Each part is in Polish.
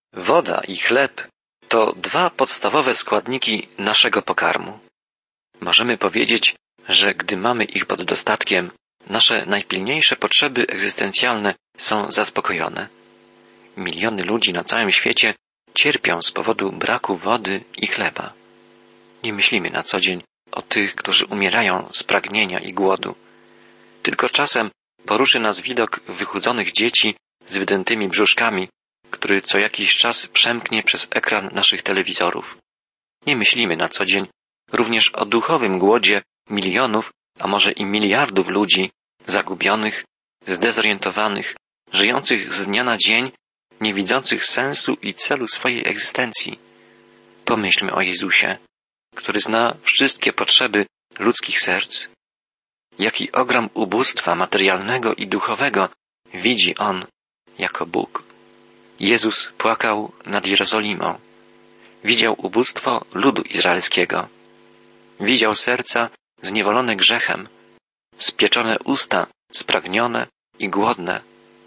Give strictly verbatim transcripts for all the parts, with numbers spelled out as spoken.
Woda i chleb to dwa podstawowe składniki naszego pokarmu. Możemy powiedzieć, że gdy mamy ich pod dostatkiem, nasze najpilniejsze potrzeby egzystencjalne są zaspokojone. Miliony ludzi na całym świecie cierpią z powodu braku wody i chleba. Nie myślimy na co dzień o tych, którzy umierają z pragnienia i głodu. Tylko czasem poruszy nas widok wychudzonych dzieci z wydętymi brzuszkami, który co jakiś czas przemknie przez ekran naszych telewizorów. Nie myślimy na co dzień również o duchowym głodzie milionów, a może i miliardów ludzi zagubionych, zdezorientowanych, żyjących z dnia na dzień, nie widzących sensu i celu swojej egzystencji. Pomyślmy o Jezusie, który zna wszystkie potrzeby ludzkich serc. Jaki ogrom ubóstwa materialnego i duchowego widzi On jako Bóg. Jezus płakał nad Jerozolimą. Widział ubóstwo ludu izraelskiego. Widział serca zniewolone grzechem, spieczone usta, spragnione i głodne.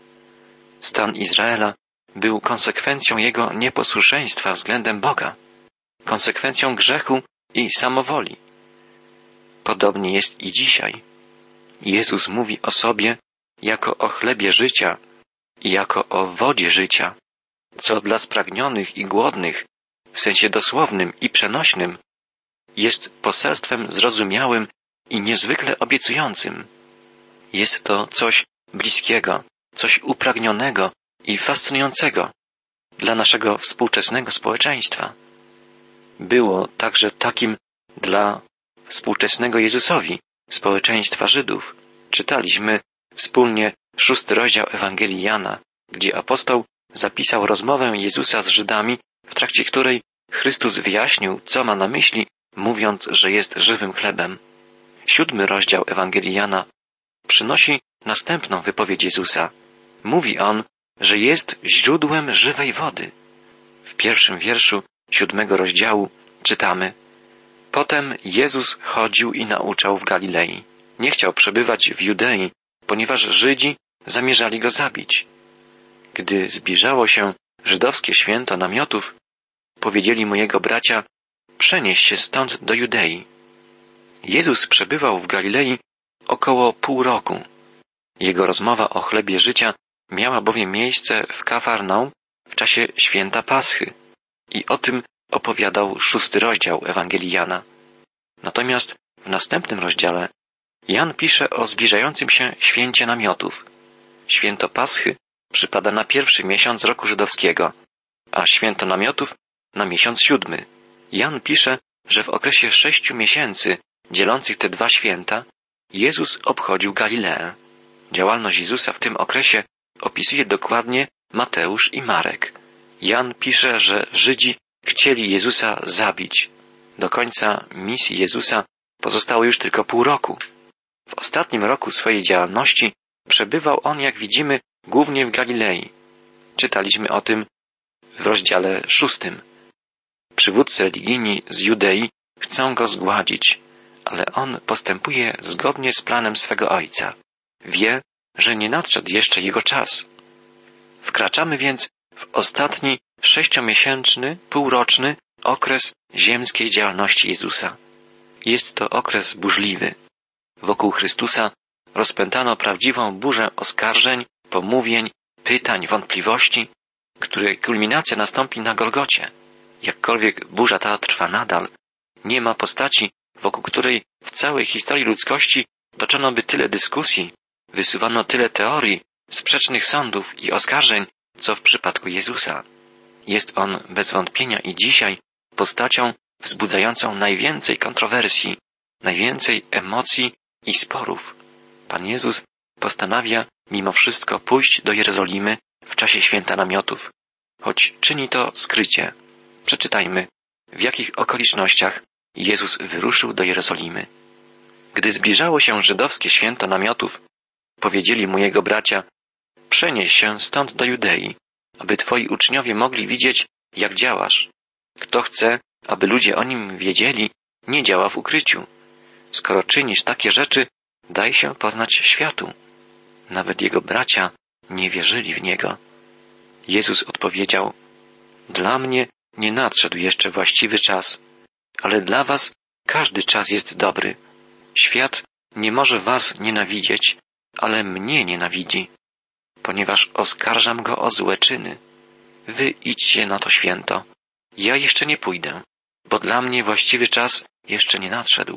Stan Izraela był konsekwencją jego nieposłuszeństwa względem Boga, konsekwencją grzechu i samowoli. Podobnie jest i dzisiaj. Jezus mówi o sobie jako o chlebie życia i jako o wodzie życia, co dla spragnionych i głodnych, w sensie dosłownym i przenośnym, jest poselstwem zrozumiałym i niezwykle obiecującym. Jest to coś bliskiego, coś upragnionego i fascynującego dla naszego współczesnego społeczeństwa. Było także takim dla współczesnego Jezusowi, społeczeństwa Żydów. Czytaliśmy wspólnie szósty rozdział Ewangelii Jana, gdzie apostoł zapisał rozmowę Jezusa z Żydami, w trakcie której Chrystus wyjaśnił, co ma na myśli, mówiąc, że jest żywym chlebem. Siódmy rozdział Ewangelii Jana przynosi następną wypowiedź Jezusa. Mówi On, że jest źródłem żywej wody. W pierwszym wierszu siódmego rozdziału czytamy: Potem Jezus chodził i nauczał w Galilei. Nie chciał przebywać w Judei, ponieważ Żydzi zamierzali go zabić. Gdy zbliżało się żydowskie święto namiotów, powiedzieli mu jego bracia: przenieś się stąd do Judei. Jezus przebywał w Galilei około pół roku. Jego rozmowa o chlebie życia miała bowiem miejsce w Kafarnaum w czasie święta Paschy i o tym opowiadał szósty rozdział Ewangelii Jana. Natomiast w następnym rozdziale Jan pisze o zbliżającym się święcie namiotów. Święto Paschy przypada na pierwszy miesiąc roku żydowskiego, a święto namiotów na miesiąc siódmy. Jan pisze, że w okresie sześciu miesięcy dzielących te dwa święta Jezus obchodził Galileę. Działalność Jezusa w tym okresie opisuje dokładnie Mateusz i Marek. Jan pisze, że Żydzi chcieli Jezusa zabić. Do końca misji Jezusa pozostało już tylko pół roku. W ostatnim roku swojej działalności przebywał On, jak widzimy, głównie w Galilei. Czytaliśmy o tym w rozdziale szóstym. Przywódcy religijni z Judei chcą go zgładzić, ale on postępuje zgodnie z planem swego Ojca. Wie, że nie nadszedł jeszcze jego czas. Wkraczamy więc w ostatni sześciomiesięczny, półroczny okres ziemskiej działalności Jezusa. Jest to okres burzliwy. Wokół Chrystusa rozpętano prawdziwą burzę oskarżeń, pomówień, pytań, wątpliwości, której kulminacja nastąpi na Golgocie. Jakkolwiek burza ta trwa nadal, nie ma postaci, wokół której w całej historii ludzkości toczono by tyle dyskusji, wysuwano tyle teorii, sprzecznych sądów i oskarżeń, co w przypadku Jezusa. Jest On bez wątpienia i dzisiaj postacią wzbudzającą najwięcej kontrowersji, najwięcej emocji i sporów. Pan Jezus postanawia mimo wszystko pójść do Jerozolimy w czasie święta namiotów, choć czyni to skrycie. Przeczytajmy, w jakich okolicznościach Jezus wyruszył do Jerozolimy. Gdy zbliżało się żydowskie święto namiotów, powiedzieli mu jego bracia: przenieś się stąd do Judei, aby twoi uczniowie mogli widzieć, jak działasz. Kto chce, aby ludzie o nim wiedzieli, nie działa w ukryciu. Skoro czynisz takie rzeczy, daj się poznać światu. Nawet jego bracia nie wierzyli w niego. Jezus odpowiedział: Dla mnie nie nadszedł jeszcze właściwy czas, ale dla was każdy czas jest dobry. Świat nie może was nienawidzieć, ale mnie nienawidzi, ponieważ oskarżam go o złe czyny. Wy idźcie na to święto. Ja jeszcze nie pójdę, bo dla mnie właściwy czas jeszcze nie nadszedł.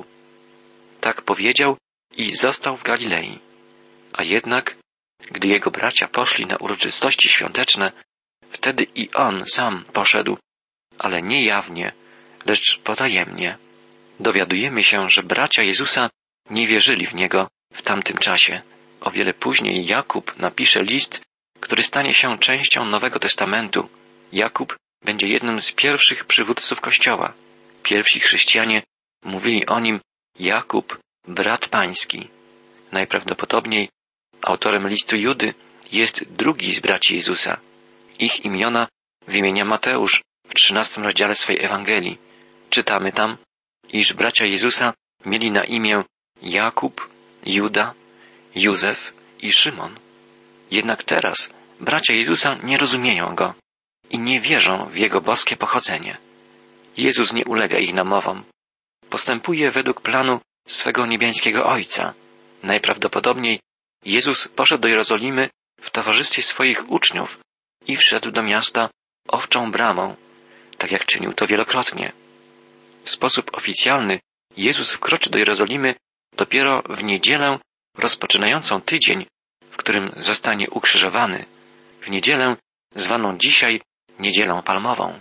Tak powiedział i został w Galilei. A jednak, gdy jego bracia poszli na uroczystości świąteczne, wtedy i on sam poszedł, ale nie jawnie, lecz potajemnie. Dowiadujemy się, że bracia Jezusa nie wierzyli w Niego w tamtym czasie. O wiele później Jakub napisze list, który stanie się częścią Nowego Testamentu. Jakub będzie jednym z pierwszych przywódców Kościoła. Pierwsi chrześcijanie mówili o nim Jakub, brat pański. Najprawdopodobniej autorem listu Judy jest drugi z braci Jezusa. Ich imiona wymienia Mateusz w trzynastym rozdziale swej Ewangelii. Czytamy tam, iż bracia Jezusa mieli na imię Jakub, Juda, Józef i Szymon. Jednak teraz bracia Jezusa nie rozumieją Go i nie wierzą w Jego boskie pochodzenie. Jezus nie ulega ich namowom. Postępuje według planu swego niebiańskiego Ojca. Najprawdopodobniej Jezus poszedł do Jerozolimy w towarzystwie swoich uczniów i wszedł do miasta owczą bramą, tak jak czynił to wielokrotnie. W sposób oficjalny Jezus wkroczy do Jerozolimy dopiero w niedzielę rozpoczynającą tydzień, w którym zostanie ukrzyżowany, w niedzielę zwaną dzisiaj Niedzielą Palmową.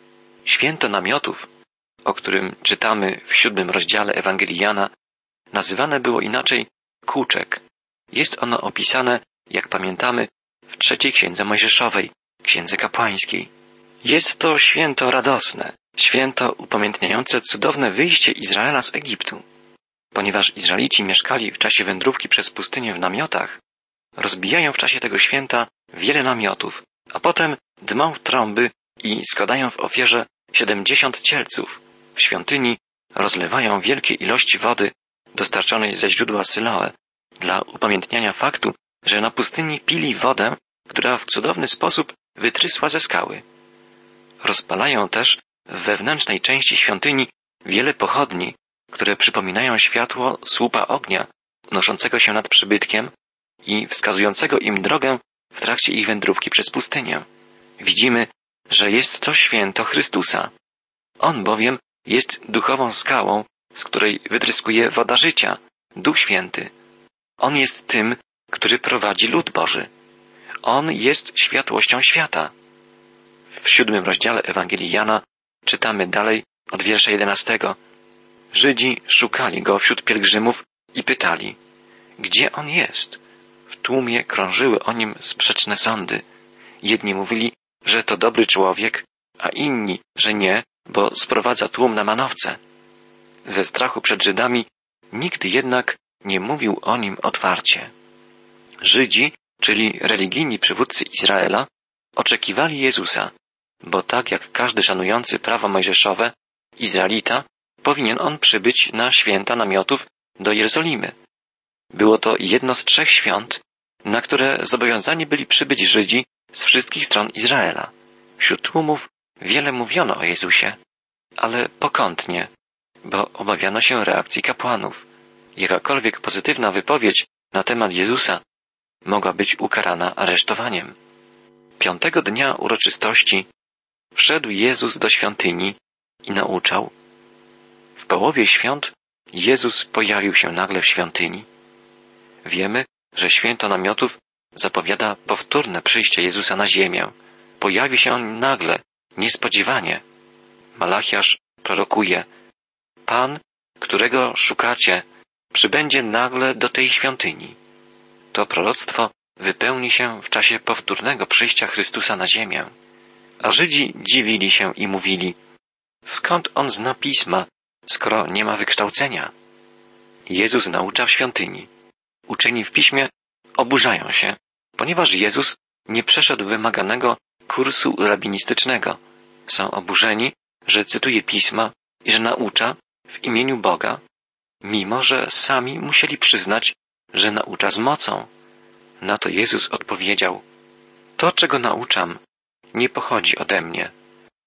Święto namiotów, o którym czytamy w siódmym rozdziale Ewangelii Jana, nazywane było inaczej kółczek. Jest ono opisane, jak pamiętamy, w trzeciej księdze Mojżeszowej, księdze kapłańskiej. Jest to święto radosne, święto upamiętniające cudowne wyjście Izraela z Egiptu. Ponieważ Izraelici mieszkali w czasie wędrówki przez pustynię w namiotach, rozbijają w czasie tego święta wiele namiotów, a potem dmą w trąby i składają w ofierze siedemdziesiąt cielców. W świątyni rozlewają wielkie ilości wody dostarczonej ze źródła Syloe dla upamiętniania faktu, że na pustyni pili wodę, która w cudowny sposób wytrysła ze skały. Rozpalają też w wewnętrznej części świątyni wiele pochodni, które przypominają światło słupa ognia unoszącego się nad przybytkiem i wskazującego im drogę w trakcie ich wędrówki przez pustynię. Widzimy, że jest to święto Chrystusa. On bowiem jest duchową skałą, z której wytryskuje woda życia, Duch Święty. On jest tym, który prowadzi lud Boży. On jest światłością świata. W siódmym rozdziale Ewangelii Jana czytamy dalej od wiersza jedenastego. Żydzi szukali go wśród pielgrzymów i pytali, gdzie on jest? W tłumie krążyły o nim sprzeczne sądy. Jedni mówili, że to dobry człowiek, a inni, że nie, bo sprowadza tłum na manowce. Ze strachu przed Żydami nikt jednak nie mówił o nim otwarcie. Żydzi, czyli religijni przywódcy Izraela, oczekiwali Jezusa, bo tak jak każdy szanujący prawo mojżeszowe, Izraelita, powinien on przybyć na święta namiotów do Jerozolimy. Było to jedno z trzech świąt, na które zobowiązani byli przybyć Żydzi z wszystkich stron Izraela. Wśród tłumów wiele mówiono o Jezusie, ale pokątnie, bo obawiano się reakcji kapłanów. Jakakolwiek pozytywna wypowiedź na temat Jezusa mogła być ukarana aresztowaniem. Piątego dnia uroczystości wszedł Jezus do świątyni i nauczał. W połowie świąt Jezus pojawił się nagle w świątyni. Wiemy, że święto namiotów zapowiada powtórne przyjście Jezusa na ziemię. Pojawi się on nagle, niespodziewanie. Malachiasz prorokuje: Pan, którego szukacie, przybędzie nagle do tej świątyni. To proroctwo wypełni się w czasie powtórnego przyjścia Chrystusa na ziemię. A Żydzi dziwili się i mówili: skąd on zna pisma, skoro nie ma wykształcenia? Jezus naucza w świątyni. Uczeni w piśmie oburzają się, ponieważ Jezus nie przeszedł wymaganego kursu rabinistycznego. Są oburzeni, że cytuje pisma i że naucza w imieniu Boga, mimo że sami musieli przyznać, że naucza z mocą. Na to Jezus odpowiedział: to, czego nauczam, nie pochodzi ode mnie,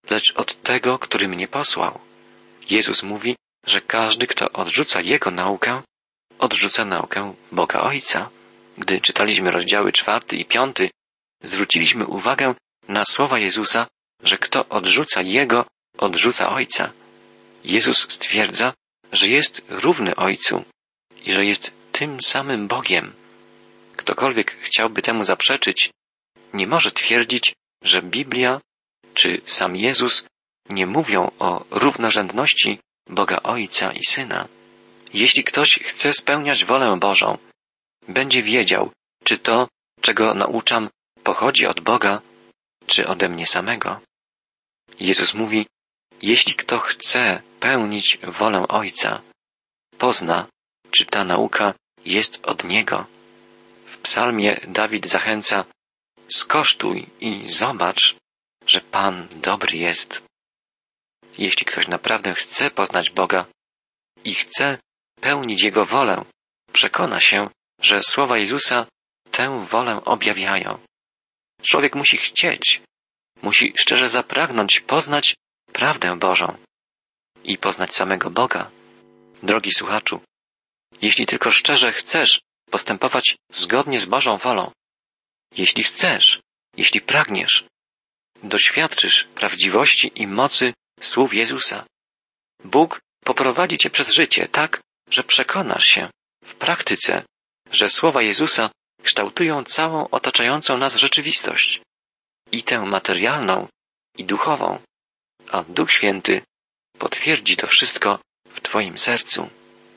lecz od tego, który mnie posłał. Jezus mówi, że każdy, kto odrzuca Jego naukę, odrzuca naukę Boga Ojca. Gdy czytaliśmy rozdziały czwarty i piąty, zwróciliśmy uwagę na słowa Jezusa, że kto odrzuca Jego, odrzuca Ojca. Jezus stwierdza, że jest równy Ojcu i że jest tym samym Bogiem. Ktokolwiek chciałby temu zaprzeczyć, nie może twierdzić, że Biblia czy sam Jezus nie mówią o równorzędności Boga Ojca i Syna. Jeśli ktoś chce spełniać wolę Bożą, będzie wiedział, czy to, czego nauczam, pochodzi od Boga, czy ode mnie samego. Jezus mówi, jeśli kto chce pełnić wolę Ojca, pozna, czy ta nauka jest od Niego. W psalmie Dawid zachęca, skosztuj i zobacz, że Pan dobry jest. Jeśli ktoś naprawdę chce poznać Boga i chce pełnić Jego wolę, przekona się, że słowa Jezusa tę wolę objawiają. Człowiek musi chcieć, musi szczerze zapragnąć poznać prawdę Bożą i poznać samego Boga. Drogi słuchaczu, jeśli tylko szczerze chcesz postępować zgodnie z Bożą wolą, jeśli chcesz, jeśli pragniesz, doświadczysz prawdziwości i mocy słów Jezusa. Bóg poprowadzi cię przez życie tak, że przekonasz się w praktyce, że słowa Jezusa kształtują całą otaczającą nas rzeczywistość, i tę materialną, i duchową, a Duch Święty potwierdzi to wszystko w twoim sercu.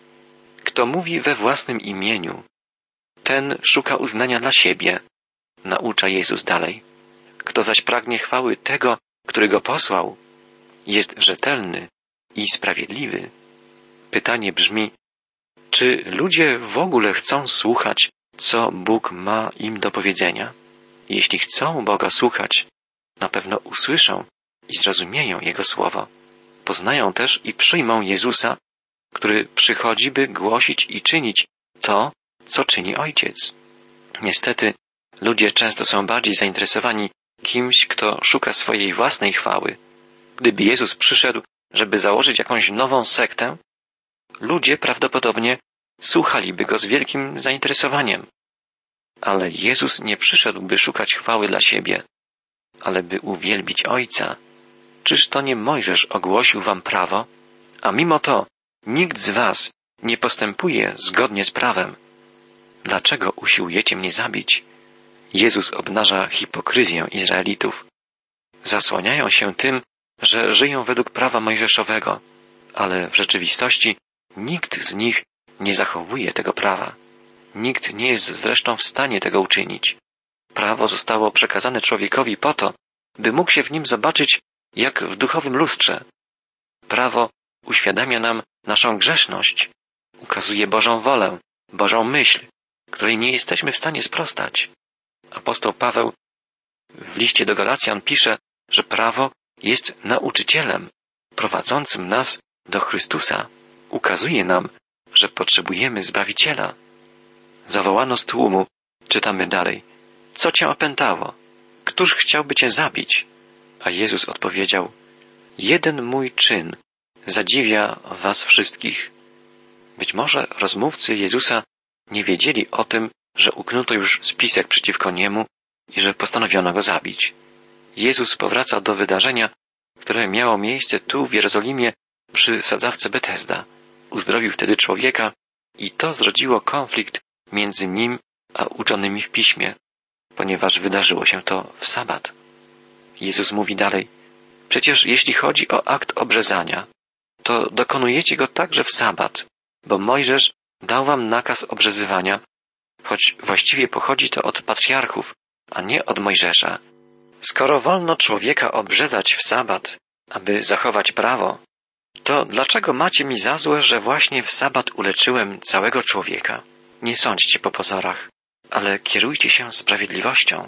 Kto mówi we własnym imieniu, ten szuka uznania dla siebie, naucza Jezus dalej. Kto zaś pragnie chwały tego, który go posłał, jest rzetelny i sprawiedliwy. Pytanie brzmi, czy ludzie w ogóle chcą słuchać, co Bóg ma im do powiedzenia? Jeśli chcą Boga słuchać, na pewno usłyszą i zrozumieją Jego słowo. Poznają też i przyjmą Jezusa, który przychodzi, by głosić i czynić to, co czyni Ojciec. Niestety, ludzie często są bardziej zainteresowani kimś, kto szuka swojej własnej chwały. Gdyby Jezus przyszedł, żeby założyć jakąś nową sektę, ludzie prawdopodobnie słuchaliby Go z wielkim zainteresowaniem. Ale Jezus nie przyszedł, by szukać chwały dla siebie, ale by uwielbić Ojca. Czyż to nie Mojżesz ogłosił wam prawo? A mimo to nikt z was nie postępuje zgodnie z prawem. Dlaczego usiłujecie mnie zabić? Jezus obnaża hipokryzję Izraelitów. Zasłaniają się tym, że żyją według prawa mojżeszowego, ale w rzeczywistości nikt z nich nie zachowuje tego prawa. Nikt nie jest zresztą w stanie tego uczynić. Prawo zostało przekazane człowiekowi po to, by mógł się w nim zobaczyć jak w duchowym lustrze. Prawo uświadamia nam naszą grzeszność, ukazuje Bożą wolę, Bożą myśl, której nie jesteśmy w stanie sprostać. Apostoł Paweł w liście do Galacjan pisze, że prawo jest nauczycielem, prowadzącym nas do Chrystusa. Ukazuje nam, że potrzebujemy Zbawiciela. Zawołano z tłumu, czytamy dalej. Co cię opętało? Któż chciałby cię zabić? A Jezus odpowiedział, jeden mój czyn zadziwia was wszystkich. Być może rozmówcy Jezusa nie wiedzieli o tym, że uknuto już spisek przeciwko niemu i że postanowiono go zabić. Jezus powraca do wydarzenia, które miało miejsce tu w Jerozolimie przy sadzawce Betesda. Uzdrowił wtedy człowieka i to zrodziło konflikt między nim a uczonymi w piśmie, ponieważ wydarzyło się to w sabat. Jezus mówi dalej, przecież jeśli chodzi o akt obrzezania, to dokonujecie go także w sabat, bo Mojżesz dał wam nakaz obrzezywania, choć właściwie pochodzi to od patriarchów, a nie od Mojżesza. Skoro wolno człowieka obrzezać w sabat, aby zachować prawo, to dlaczego macie mi za złe, że właśnie w sabat uleczyłem całego człowieka? Nie sądźcie po pozorach, ale kierujcie się sprawiedliwością.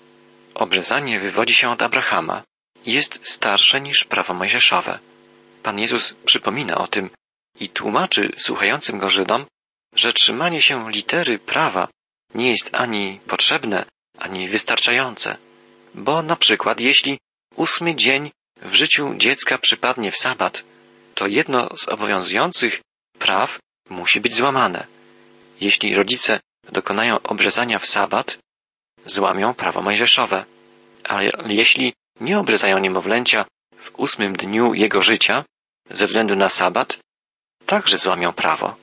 Obrzezanie wywodzi się od Abrahama i jest starsze niż prawo mojżeszowe. Pan Jezus przypomina o tym i tłumaczy słuchającym go Żydom, że trzymanie się litery prawa nie jest ani potrzebne, ani wystarczające. Bo na przykład jeśli ósmy dzień w życiu dziecka przypadnie w sabat, to jedno z obowiązujących praw musi być złamane. Jeśli rodzice dokonają obrzezania w sabat, złamią prawo mojżeszowe. Ale jeśli nie obrzezają niemowlęcia w ósmym dniu jego życia, ze względu na sabat, także złamią prawo,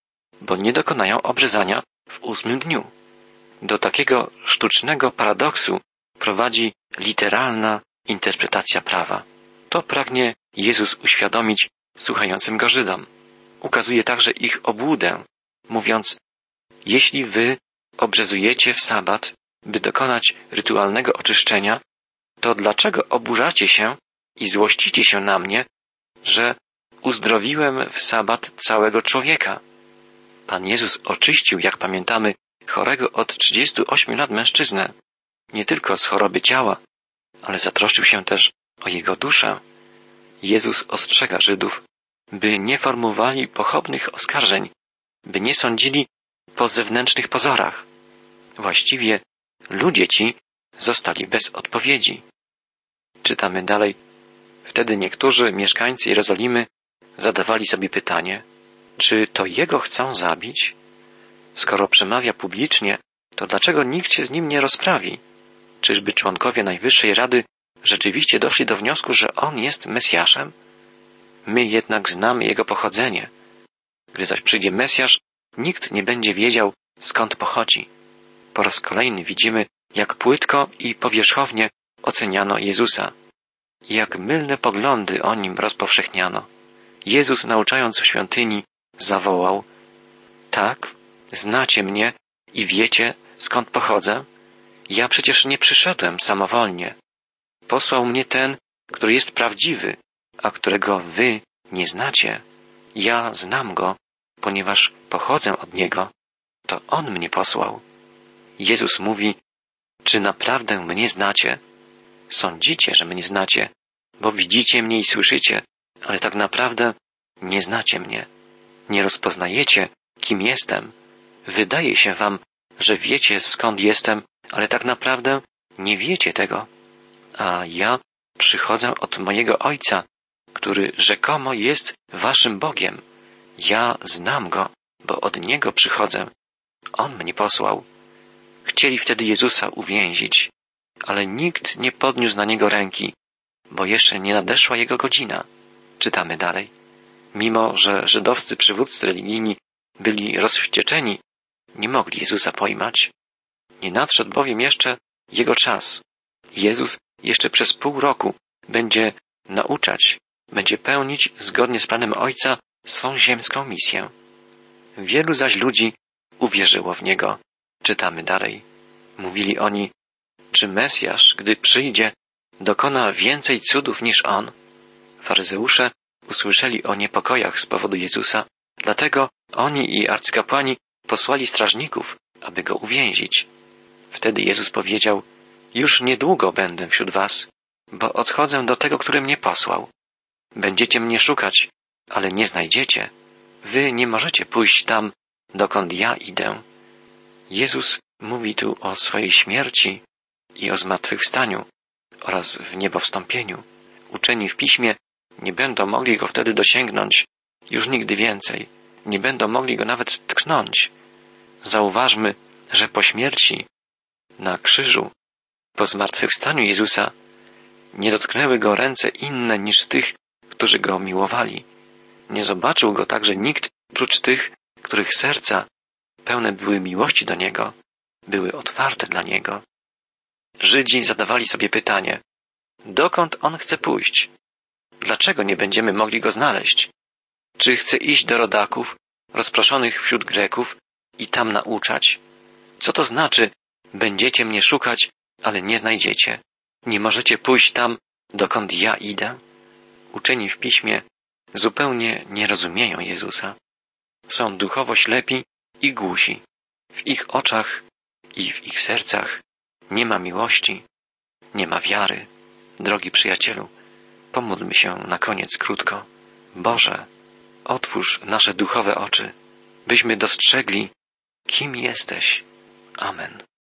bo nie dokonają obrzezania w ósmym dniu. Do takiego sztucznego paradoksu prowadzi literalna interpretacja prawa. To pragnie Jezus uświadomić słuchającym go Żydom. Ukazuje także ich obłudę, mówiąc: jeśli wy obrzezujecie w sabat, by dokonać rytualnego oczyszczenia, to dlaczego oburzacie się i złościcie się na mnie, że uzdrowiłem w sabat całego człowieka? Pan Jezus oczyścił, jak pamiętamy, chorego od trzydziestu ośmiu lat mężczyznę, nie tylko z choroby ciała, ale zatroszczył się też o jego duszę. Jezus ostrzega Żydów, by nie formułowali pochopnych oskarżeń, by nie sądzili po zewnętrznych pozorach. Właściwie ludzie ci zostali bez odpowiedzi. Czytamy dalej. Wtedy niektórzy mieszkańcy Jerozolimy zadawali sobie pytanie, czy to jego chcą zabić? Skoro przemawia publicznie, to dlaczego nikt się z nim nie rozprawi? Czyżby członkowie Najwyższej Rady rzeczywiście doszli do wniosku, że on jest Mesjaszem? My jednak znamy jego pochodzenie. Gdy zaś przyjdzie Mesjasz, nikt nie będzie wiedział, skąd pochodzi. Po raz kolejny widzimy, jak płytko i powierzchownie oceniano Jezusa. Jak mylne poglądy o nim rozpowszechniano. Jezus, nauczając w świątyni, zawołał: tak, znacie mnie i wiecie, skąd pochodzę? Ja przecież nie przyszedłem samowolnie. Posłał mnie ten, który jest prawdziwy, a którego wy nie znacie. Ja znam go, ponieważ pochodzę od niego. To on mnie posłał. Jezus mówi: czy naprawdę mnie znacie? Sądzicie, że mnie znacie, bo widzicie mnie i słyszycie, ale tak naprawdę nie znacie mnie. Nie rozpoznajecie, kim jestem. Wydaje się wam, że wiecie, skąd jestem, ale tak naprawdę nie wiecie tego. A ja przychodzę od mojego Ojca, który rzekomo jest waszym Bogiem. Ja znam go, bo od niego przychodzę. On mnie posłał. Chcieli wtedy Jezusa uwięzić, ale nikt nie podniósł na niego ręki, bo jeszcze nie nadeszła jego godzina. Czytamy dalej. Mimo że żydowscy przywódcy religijni byli rozwścieczeni, nie mogli Jezusa pojmać. Nie nadszedł bowiem jeszcze jego czas. Jezus jeszcze przez pół roku będzie nauczać, będzie pełnić zgodnie z planem Ojca swą ziemską misję. Wielu zaś ludzi uwierzyło w Niego. Czytamy dalej. Mówili oni: czy Mesjasz, gdy przyjdzie, dokona więcej cudów niż On? Faryzeusze usłyszeli o niepokojach z powodu Jezusa, dlatego oni i arcykapłani posłali strażników, aby Go uwięzić. Wtedy Jezus powiedział: już niedługo będę wśród was, bo odchodzę do tego, który mnie posłał. Będziecie mnie szukać, ale nie znajdziecie. Wy nie możecie pójść tam, dokąd ja idę. Jezus mówi tu o swojej śmierci i o zmartwychwstaniu oraz w niebo wstąpieniu. Uczeni w Piśmie nie będą mogli Go wtedy dosięgnąć, już nigdy więcej. Nie będą mogli Go nawet tknąć. Zauważmy, że po śmierci na krzyżu, po zmartwychwstaniu Jezusa, nie dotknęły Go ręce inne niż tych, którzy Go miłowali. Nie zobaczył Go także nikt prócz tych, których serca pełne były miłości do Niego, były otwarte dla Niego. Żydzi zadawali sobie pytanie: dokąd On chce pójść? Dlaczego nie będziemy mogli Go znaleźć? Czy chce iść do rodaków, rozproszonych wśród Greków i tam nauczać? Co to znaczy: będziecie mnie szukać, ale nie znajdziecie? Nie możecie pójść tam, dokąd ja idę? Uczeni w Piśmie zupełnie nie rozumieją Jezusa. Są duchowo ślepi i głusi. W ich oczach i w ich sercach nie ma miłości, nie ma wiary. Drogi przyjacielu, pomódlmy się na koniec krótko. Boże, otwórz nasze duchowe oczy, byśmy dostrzegli, kim jesteś. Amen.